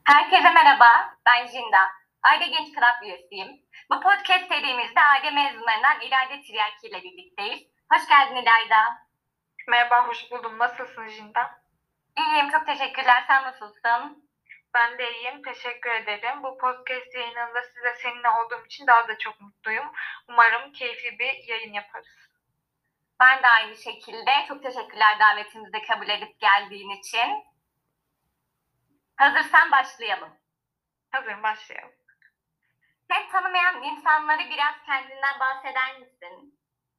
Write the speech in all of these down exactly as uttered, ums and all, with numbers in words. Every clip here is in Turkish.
Herkese merhaba, ben Jinda. Aile Genç Club üyesiyim. Bu podcast serimizde aile mezunlarından İlayda Tiryaki ile birlikteyiz. Hoş geldin İlayda. Merhaba, hoş buldum. Nasılsın Jinda? İyiyim, çok teşekkürler. Sen nasılsın? Ben de iyiyim, teşekkür ederim. Bu podcast yayınında size seninle olduğum için daha da çok mutluyum. Umarım keyifli bir yayın yaparız. Ben de aynı şekilde. Çok teşekkürler davetimizi de kabul edip geldiğin için. Hazırsan başlayalım. Hazır, başlayalım. Sen tanımayan insanlara biraz kendinden bahseder misin?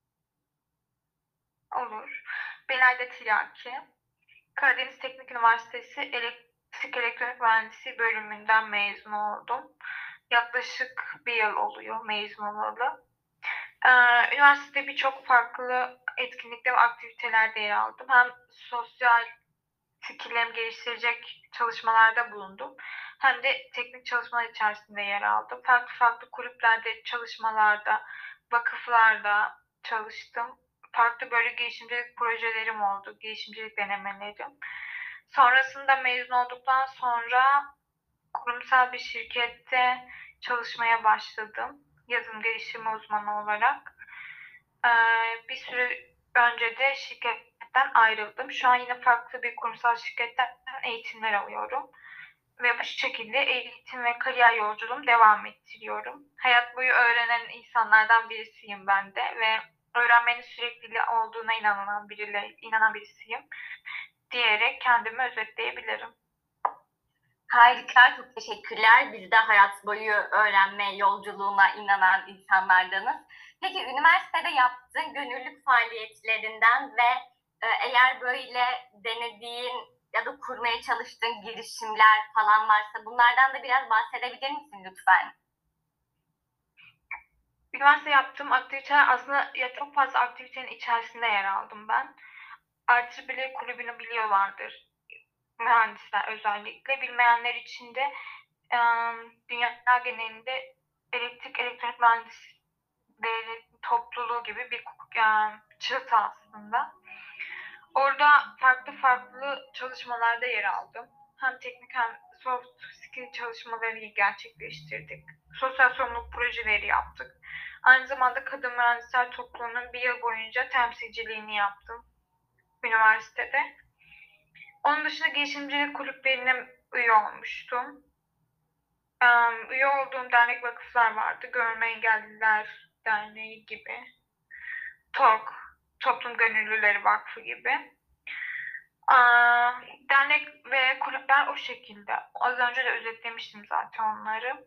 Olur. Ben Ayda Tiryaki. Karadeniz Teknik Üniversitesi Elektrik Elektronik Mühendisi bölümünden mezun oldum. Yaklaşık bir yıl oluyor mezun olalı. Ee, üniversitede birçok farklı etkinlikte ve aktivitelerde yer aldım. Hem sosyal skilllerimi geliştirecek çalışmalarda bulundum. Hem de teknik çalışmalar içerisinde yer aldım. Farklı farklı kulüplerde, çalışmalarda, vakıflarda çalıştım. Farklı böyle girişimcilik projelerim oldu, girişimcilik denemelerim. Sonrasında mezun olduktan sonra kurumsal bir şirkette çalışmaya başladım. Yazılım geliştirme uzmanı olarak. Ee, bir süre önce de şirketten ayrıldım. Şu an yine farklı bir kurumsal şirketten eğitimler alıyorum. Ve bu şekilde eğitim ve kariyer yolculuğumu devam ettiriyorum. Hayat boyu öğrenen insanlardan birisiyim ben de ve öğrenmenin sürekli olduğuna inanan biriyle, inanan birisiyim diyerek kendimi özetleyebilirim. Harika, çok teşekkürler. Biz de hayat boyu öğrenme yolculuğuna inanan insanlardanız. Peki üniversitede yaptığın gönüllülük faaliyetlerinden ve e, eğer böyle denediğin ya da kurmaya çalıştığın girişimler falan varsa bunlardan da biraz bahsedebilir misin lütfen? Üniversite yaptığım aktiviteler aslında ya çok fazla aktivitenin içerisinde yer aldım ben. R T B kulübünü biliyorlardır mühendisler özellikle. Bilmeyenler için de e, dünya genelinde elektrik elektronik mühendisleri topluluğu gibi bir e, çatı aslında. Orada farklı farklı çalışmalarda yer aldım. Hem teknik hem soft skill çalışmalarını gerçekleştirdik. Sosyal sorumluluk projeleri yaptık. Aynı zamanda Kadın Mühendisler Topluluğu'nun bir yıl boyunca temsilciliğini yaptım üniversitede. Onun dışında girişimcilik kulüplerine üye olmuştum. Üye olduğum dernek vakıflar vardı. Görme Engelliler Derneği gibi. TOK, Toplum Gönüllüleri Vakfı gibi. Dernek ve kulüpler o şekilde. Az önce de özetlemiştim zaten onları.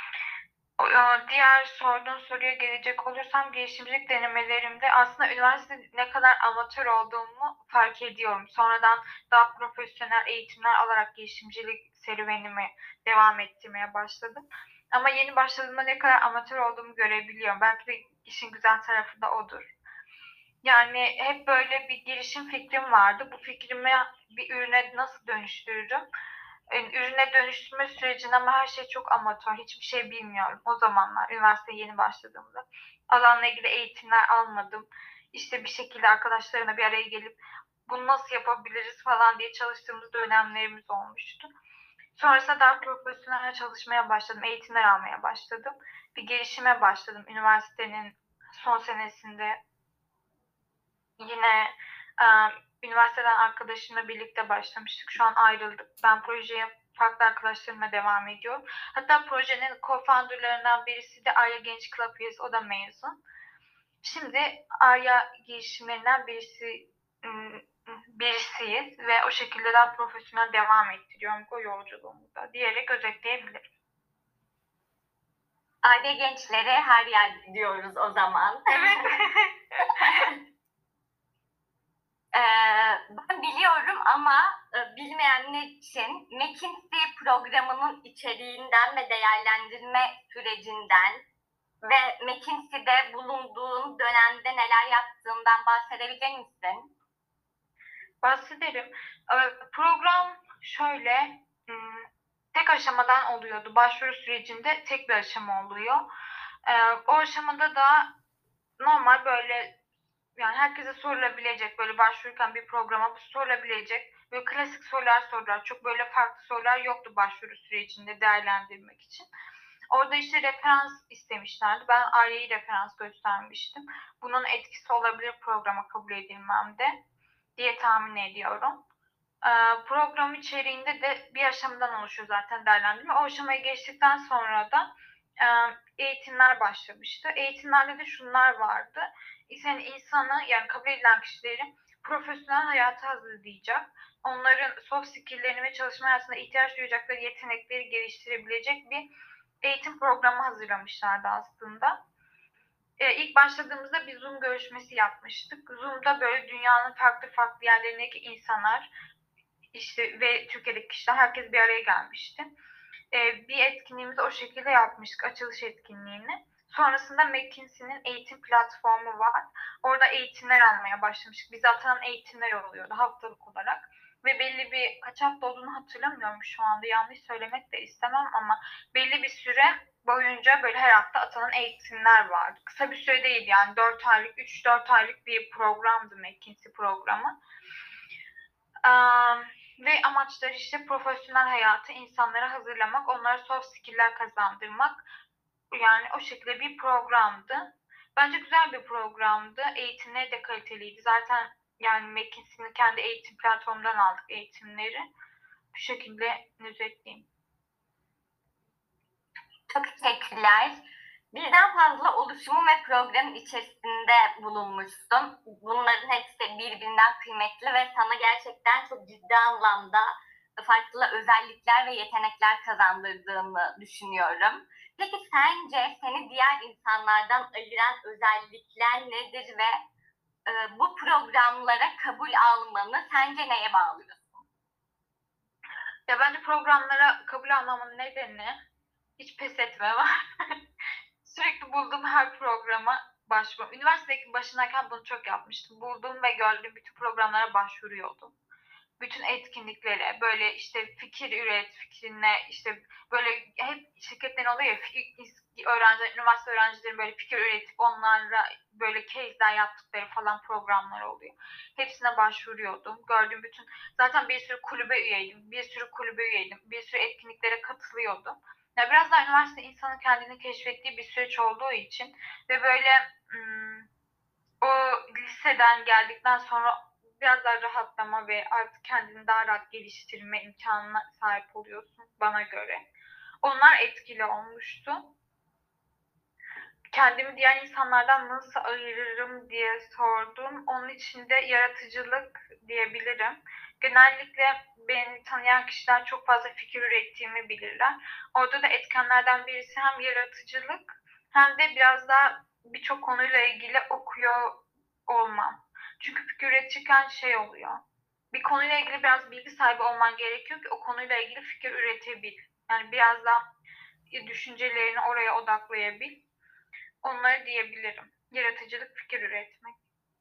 Diğer sorduğun soruya gelecek olursam girişimcilik denemelerimde aslında üniversitede ne kadar amatör olduğumu fark ediyorum. Sonradan daha profesyonel eğitimler alarak girişimcilik serüvenimi devam ettirmeye başladım. Ama yeni başladığımda ne kadar amatör olduğumu görebiliyorum. Belki de işin güzel tarafı da odur. Yani hep böyle bir girişim fikrim vardı. Bu fikrimi bir ürüne nasıl dönüştürürüm? Yani ürüne dönüştürme sürecinde ama her şey çok amatör. Hiçbir şey bilmiyorum o zamanlar. Üniversiteye yeni başladığımda. Alanla ilgili eğitimler almadım. İşte bir şekilde arkadaşlarına bir araya gelip bunu nasıl yapabiliriz falan diye çalıştığımız dönemlerimiz olmuştu. Sonrasında daha profesyonel çalışmaya başladım. Eğitimler almaya başladım. Bir gelişime başladım. Üniversitenin son senesinde Yine e, üniversiteden arkadaşımla birlikte başlamıştık. Şu an ayrıldık. Ben projeye farklı arkadaşlarımla devam ediyorum. Hatta projenin co-founderlarından birisi de Arya Genç Club üyesi. O da mezun. Şimdi Arya girişimlerinden birisi birisiyiz ve o şekilde daha profesyonel devam ettiriyorum o yolculuğumda diyerek özetleyebilirim. Aile gençleri her yer diyoruz o zaman. Evet. Ee, ben biliyorum ama e, bilmeyenler için McKinsey programının içeriğinden ve değerlendirme sürecinden ve McKinsey'de bulunduğun dönemde neler yaptığından bahsedebilir misin? Bahsederim. Program şöyle tek aşamadan oluyordu. Başvuru sürecinde tek bir aşama oluyor. O aşamada da normal böyle yani herkese sorulabilecek, böyle başvururken bir programa sorulabilecek böyle klasik sorular sordular. Çok böyle farklı sorular yoktu başvuru sürecinde değerlendirmek için. Orada işte referans istemişlerdi. Ben Arya'yı referans göstermiştim. Bunun etkisi olabilir programa kabul edilmemde diye tahmin ediyorum. Ee, program içeriğinde de bir aşamadan oluşuyor zaten değerlendirme. O aşamaya geçtikten sonra da e, eğitimler başlamıştı. Eğitimlerde de şunlar vardı. Yani insanı, yani kabul edilen kişileri profesyonel hayata hazırlayacak, onların soft skill'lerini ve çalışma hayatında ihtiyaç duyacakları yetenekleri geliştirebilecek bir eğitim programı hazırlamışlardı aslında. Ee, ilk başladığımızda bir Zoom görüşmesi yapmıştık. Zoom'da böyle dünyanın farklı farklı yerlerindeki insanlar, işte ve Türkiye'deki kişiler, herkes bir araya gelmişti. Ee, bir etkinliğimizi o şekilde yapmıştık, açılış etkinliğini. Sonrasında McKinsey'nin eğitim platformu var. Orada eğitimler almaya başlamıştık. Bize atanan eğitimler oluyordu haftalık olarak. Ve belli bir, kaç hafta olduğunu hatırlamıyorum şu anda, yanlış söylemek de istemem ama belli bir süre boyunca böyle her hafta atanan eğitimler vardı. Kısa bir süre değil yani, dört aylık, üç dört aylık bir programdı McKinsey programı. Um, ve amaçları işte profesyonel hayatı insanlara hazırlamak, onlara soft skill'ler kazandırmak. Yani o şekilde bir programdı. Bence güzel bir programdı. Eğitimleri de kaliteliydi. Zaten yani McKinsey'nin kendi eğitim platformundan aldık eğitimleri. Bu şekilde özetleyeyim. Çok teşekkürler. Birden fazla oluşumu ve programın içerisinde bulunmuşsun. Bunların hepsi birbirinden kıymetli ve sana gerçekten çok ciddi anlamda farklı özellikler ve yetenekler kazandırdığını düşünüyorum. Peki sence seni diğer insanlardan ayıran özellikler nedir ve e, bu programlara kabul almanı sence neye bağlıyorsun? Ya bence programlara kabul almamın nedeni hiç pes etme var. Sürekli bulduğum her programa başvur. Üniversitedeki başındayken bunu çok yapmıştım. Bulduğum ve gördüğüm bütün programlara başvuruyordum. Bütün etkinliklere, böyle işte fikir üret, fikrine, işte böyle hep şirketlerin oluyor ya, fikir, öğrenci, üniversite öğrencilerin böyle fikir üretip onlarla böyle case'ler yaptıkları falan programlar oluyor. Hepsine başvuruyordum. Gördüğüm bütün, zaten bir sürü kulübe üyeydim, bir sürü kulübe üyeydim, bir sürü etkinliklere katılıyordum. Ya biraz daha üniversite insanın kendini keşfettiği bir süreç olduğu için ve böyle ım, o liseden geldikten sonra biraz daha rahatlama ve artık kendini daha rahat geliştirme imkanına sahip oluyorsun bana göre. Onlar etkili olmuştu. Kendimi diğer insanlardan nasıl ayırırım diye sordum. Onun için de yaratıcılık diyebilirim. Genellikle beni tanıyan kişiler çok fazla fikir ürettiğimi bilirler. Orada da etkenlerden birisi hem yaratıcılık hem de biraz daha birçok konuyla ilgili okuyor olmam. Çünkü fikir üretirken şey oluyor. Bir konuyla ilgili biraz bilgi sahibi olman gerekiyor ki o konuyla ilgili fikir üretebil. Yani biraz daha düşüncelerini oraya odaklayabil. Onları diyebilirim. Yaratıcılık, fikir üretmek.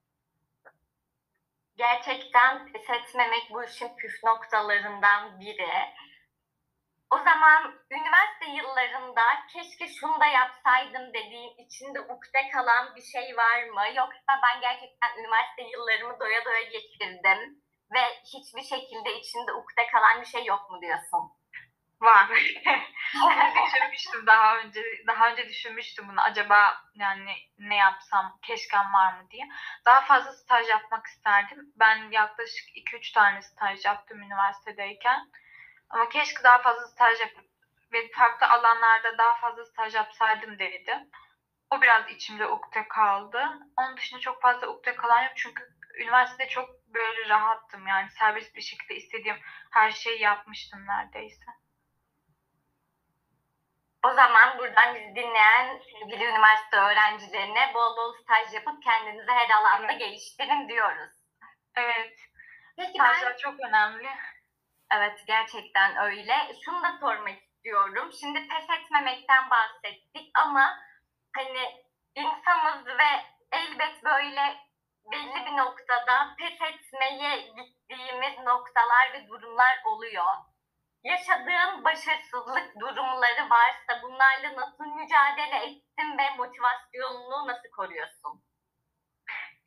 Gerçekten pes etmemek bu işin püf noktalarından biri. O zaman üniversite yıllarında keşke şunu da yapsaydım dediğin, içinde ukde kalan bir şey var mı? Yoksa ben gerçekten üniversite yıllarımı doya doya geçirdim ve hiçbir şekilde içinde ukde kalan bir şey yok mu diyorsun? Var. düşünmüştüm daha önce. Daha önce düşünmüştüm bunu. Acaba yani ne yapsam, keşkem var mı diye. Daha fazla staj yapmak isterdim. Ben yaklaşık iki üç tane staj yaptım üniversitedeyken. Ama keşke daha fazla staj yapıp ve farklı alanlarda daha fazla staj yapsaydım dedim. O biraz içimde ukde kaldı. Onun dışında çok fazla ukde kalan yok çünkü üniversitede çok böyle rahattım. Yani serbest bir şekilde istediğim her şeyi yapmıştım neredeyse. O zaman buradan bizi dinleyen sevgili üniversite öğrencilerine bol bol staj yapıp kendinizi her alanda Evet. geliştirin diyoruz. Evet. Peki Stajlar ben, çok önemli. evet gerçekten öyle. Şunu da sormak istiyorum. Şimdi pes etmemekten bahsettik ama hani insanız ve elbet böyle belli bir noktada pes etmeye gittiğimiz noktalar ve durumlar oluyor. Yaşadığın başarısızlık durumları varsa bunlarla nasıl mücadele ettin ve motivasyonunu nasıl koruyorsun?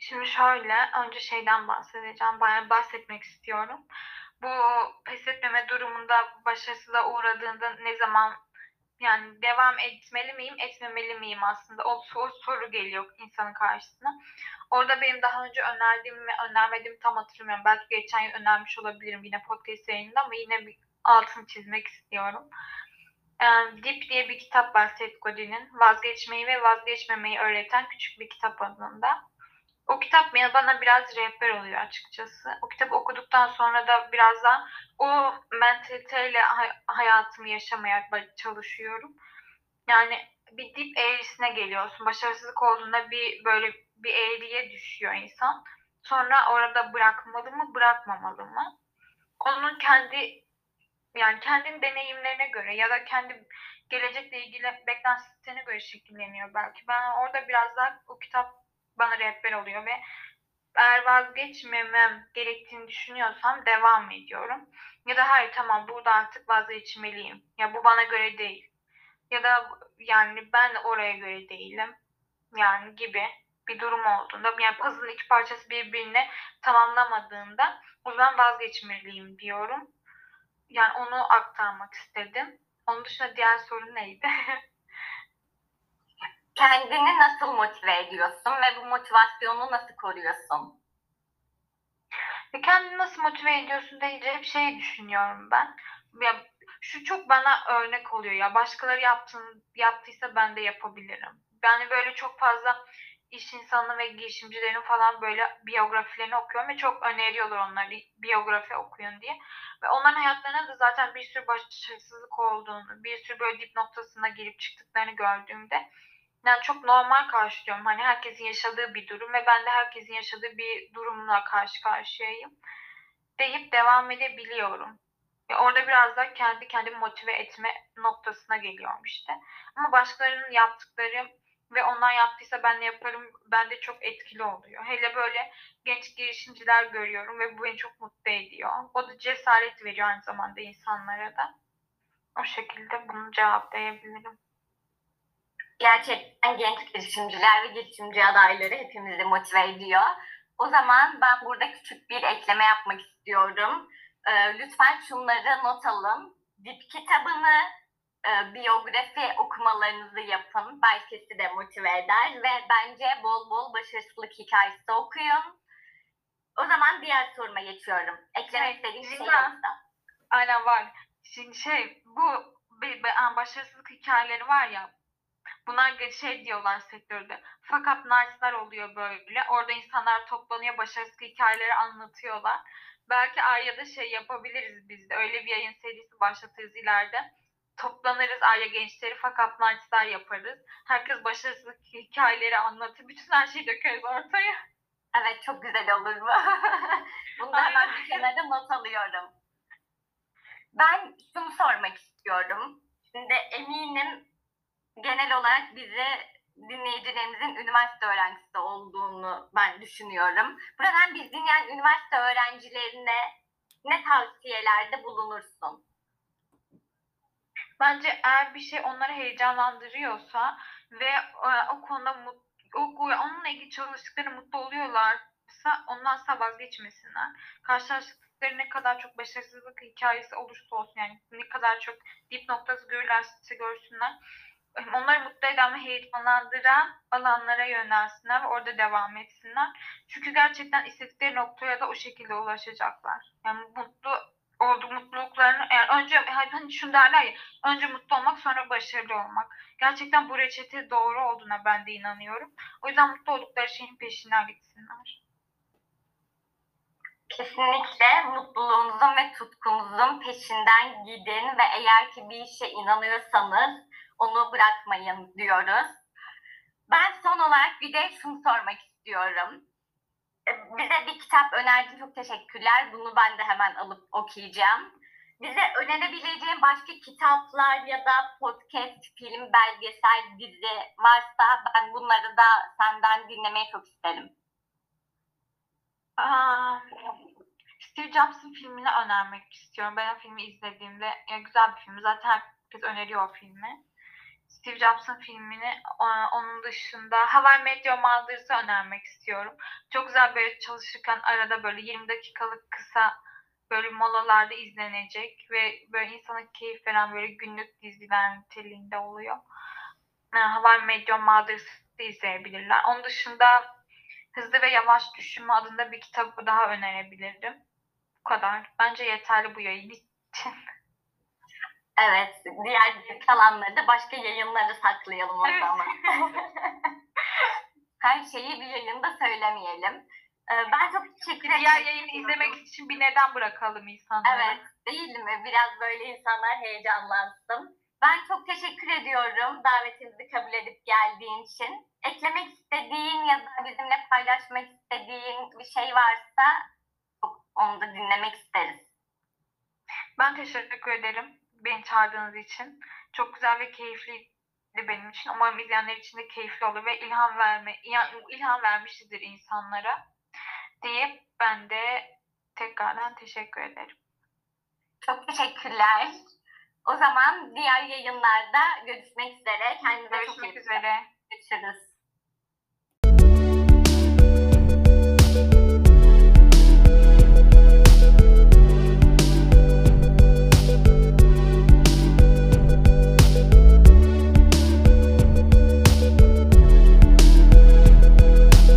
Şimdi şöyle, önce şeyden bahsedeceğim, bayağı bahsetmek istiyorum. Bu pes etmeme durumunda başarısızlığa uğradığında ne zaman yani devam etmeli miyim, etmemeli miyim aslında? O, o soru geliyor insanın karşısına. Orada benim daha önce önerdiğim ve önermediğimi tam hatırlamıyorum. Belki geçen yıl önermiş olabilirim yine podcast yayınında ama yine bir altını çizmek istiyorum. Yani Dip diye bir kitap var Seth Godin'in. Vazgeçmeyi ve vazgeçmemeyi öğreten küçük bir kitap adında. O kitap bana biraz rehber oluyor açıkçası. O kitabı okuduktan sonra da biraz daha o mentaliteyle hayatımı yaşamaya çalışıyorum. Yani bir dip eğrisine geliyorsun. Başarısızlık olduğunda bir böyle bir eğriye düşüyor insan. Sonra orada bırakmalı mı, bırakmamalı mı? Onun kendi yani kendi deneyimlerine göre ya da kendi gelecekle ilgili beklentilerine göre şekilleniyor belki. Ben orada biraz daha o kitap bana rehber oluyor ve eğer vazgeçmemem gerektiğini düşünüyorsam devam ediyorum. Ya da hayır tamam burada artık vazgeçmeliyim. Ya bu bana göre değil. Ya da yani ben oraya göre değilim. Yani gibi bir durum olduğunda yani puzzle'ın iki parçası birbirini tamamlamadığında o zaman vazgeçmeliyim diyorum. Yani onu aktarmak istedim. Onun dışında diğer soru neydi? Kendini nasıl motive ediyorsun ve bu motivasyonu nasıl koruyorsun? Ve kendini nasıl motive ediyorsun deyince hep şey düşünüyorum ben. Ya, şu çok bana örnek oluyor ya. Başkaları yaptığını, yaptıysa ben de yapabilirim. Yani böyle çok fazla iş insanı ve girişimcilerin falan böyle biyografilerini okuyorum ve çok öneriyorlar onları biyografi okuyun diye. Ve onların hayatlarına da zaten bir sürü başarısızlık olduğunu, bir sürü böyle dip noktasına girip çıktıklarını gördüğümde yani çok normal karşılıyorum. Hani herkesin yaşadığı bir durum ve ben de herkesin yaşadığı bir durumla karşı karşıyayım deyip devam edebiliyorum. Ve orada biraz da kendi kendimi motive etme noktasına geliyorum işte. Ama başkalarının yaptıkları ve onlar yaptıysa ben de yaparım bende çok etkili oluyor. Hele böyle genç girişimciler görüyorum ve bu beni çok mutlu ediyor. O da cesaret veriyor aynı zamanda insanlara da. O şekilde bunu cevaplayabilirim. Gerçekten genç girişimciler ve girişimci adayları hepimizi motive ediyor. O zaman ben burada küçük bir ekleme yapmak istiyorum. Ee, lütfen şunları not alın. Dip kitabını, e, biyografi okumalarınızı yapın. Belki sizi de motive eder ve bence bol bol başarısızlık hikayesi okuyun. O zaman diğer soruma geçiyorum. Eklemek istediğim bir şey yoksa. Aynen var. Şimdi şey bu başarısızlık hikayeleri var ya bunlar şey diyorlar sektörde. Fuck up night'lar oluyor böyle. Orada insanlar toplanıyor başarısızlık hikayeleri anlatıyorlar. Belki Arya'da şey yapabiliriz biz de. Öyle bir yayın serisi başlatırız ileride. Toplanırız Arya gençleri fuck up night'lar yaparız. Herkes başarısızlık hikayeleri anlatır. Bütün her şeyi dökeriz ortaya. Evet çok güzel olur bu. Bunu da hemen bir kenara not alıyorum. Ben şunu sormak istiyorum. Şimdi eminim genel olarak bizi dinleyicilerimizin üniversite öğrencisi olduğunu ben düşünüyorum. Buradan biz dinleyen üniversite öğrencilerine ne tavsiyelerde bulunursun? Bence eğer bir şey onları heyecanlandırıyorsa ve e, o konuda mut, o, onunla ilgili çalıştıkları mutlu oluyorlarsa ondan asla vazgeçmesinler. Karşılaştıkları ne kadar çok başarısızlık hikayesi olursa olsun yani ne kadar çok dip noktası görürlerse görsünler. Onları mutlu eden ve heyecanlandıran alanlara yönelsinler ve orada devam etsinler. Çünkü gerçekten istedikleri noktaya da o şekilde ulaşacaklar. Yani mutlu olduğu mutluluklarını yani önce hani şunu derler ya önce mutlu olmak sonra başarılı olmak. Gerçekten bu reçete doğru olduğuna ben de inanıyorum. O yüzden mutlu oldukları şeyin peşinden gitsinler. Kesinlikle mutluluğunuzun ve tutkunuzun peşinden gidin ve eğer ki bir işe inanıyorsanız onu bırakmayın diyoruz. Ben son olarak bir de şunu sormak istiyorum. Bize bir kitap önerdin, çok teşekkürler. Bunu ben de hemen alıp okuyacağım. Bize önerebileceğin başka kitaplar ya da podcast, film, belgesel, dizi varsa ben bunları da senden dinlemeyi çok isterim. Aa, Steve Jobs'ın filmini önermek istiyorum. Ben o filmi izlediğimde ya güzel bir film. Zaten herkes öneriyor o filmi. Steve Jobs'ın filmini, e, onun dışında How I Met Your Mother'ı önermek istiyorum. Çok güzel, böyle çalışırken arada böyle yirmi dakikalık kısa böyle molalarda izlenecek ve böyle insana keyif veren böyle günlük diziler niteliğinde oluyor. E, How I Met Your Mother'ı izleyebilirler. Onun dışında Hızlı ve Yavaş Düşünme adında bir kitabı daha önerebilirim. Bu kadar. Bence yeterli bu yayın için. Evet, diğer kalanları da başka yayınlara saklayalım o Evet. zaman. Her şeyi bir yayında söylemeyelim. Ee, Ben çok teşekkür ederim. Diğer yayını izlemek için bir neden bırakalım insanlara. Evet, değil mi? Biraz böyle insanlar heyecanlansın. Ben çok teşekkür ediyorum davetimizi kabul edip geldiğin için. Eklemek istediğin ya da bizimle paylaşmak istediğin bir şey varsa çok- onu da dinlemek isteriz. Ben teşekkür ederim beni çağırdığınız için. Çok güzel ve keyifliydi benim için. Umarım izleyenler için de keyifli olur ve ilham verme ilham vermişizdir insanlara deyip ben de tekrardan teşekkür ederim. Çok teşekkürler. O zaman diğer yayınlarda görüşmek üzere. Kendinize çok iyi Görüşmek bakın. üzere. Görüşürüz.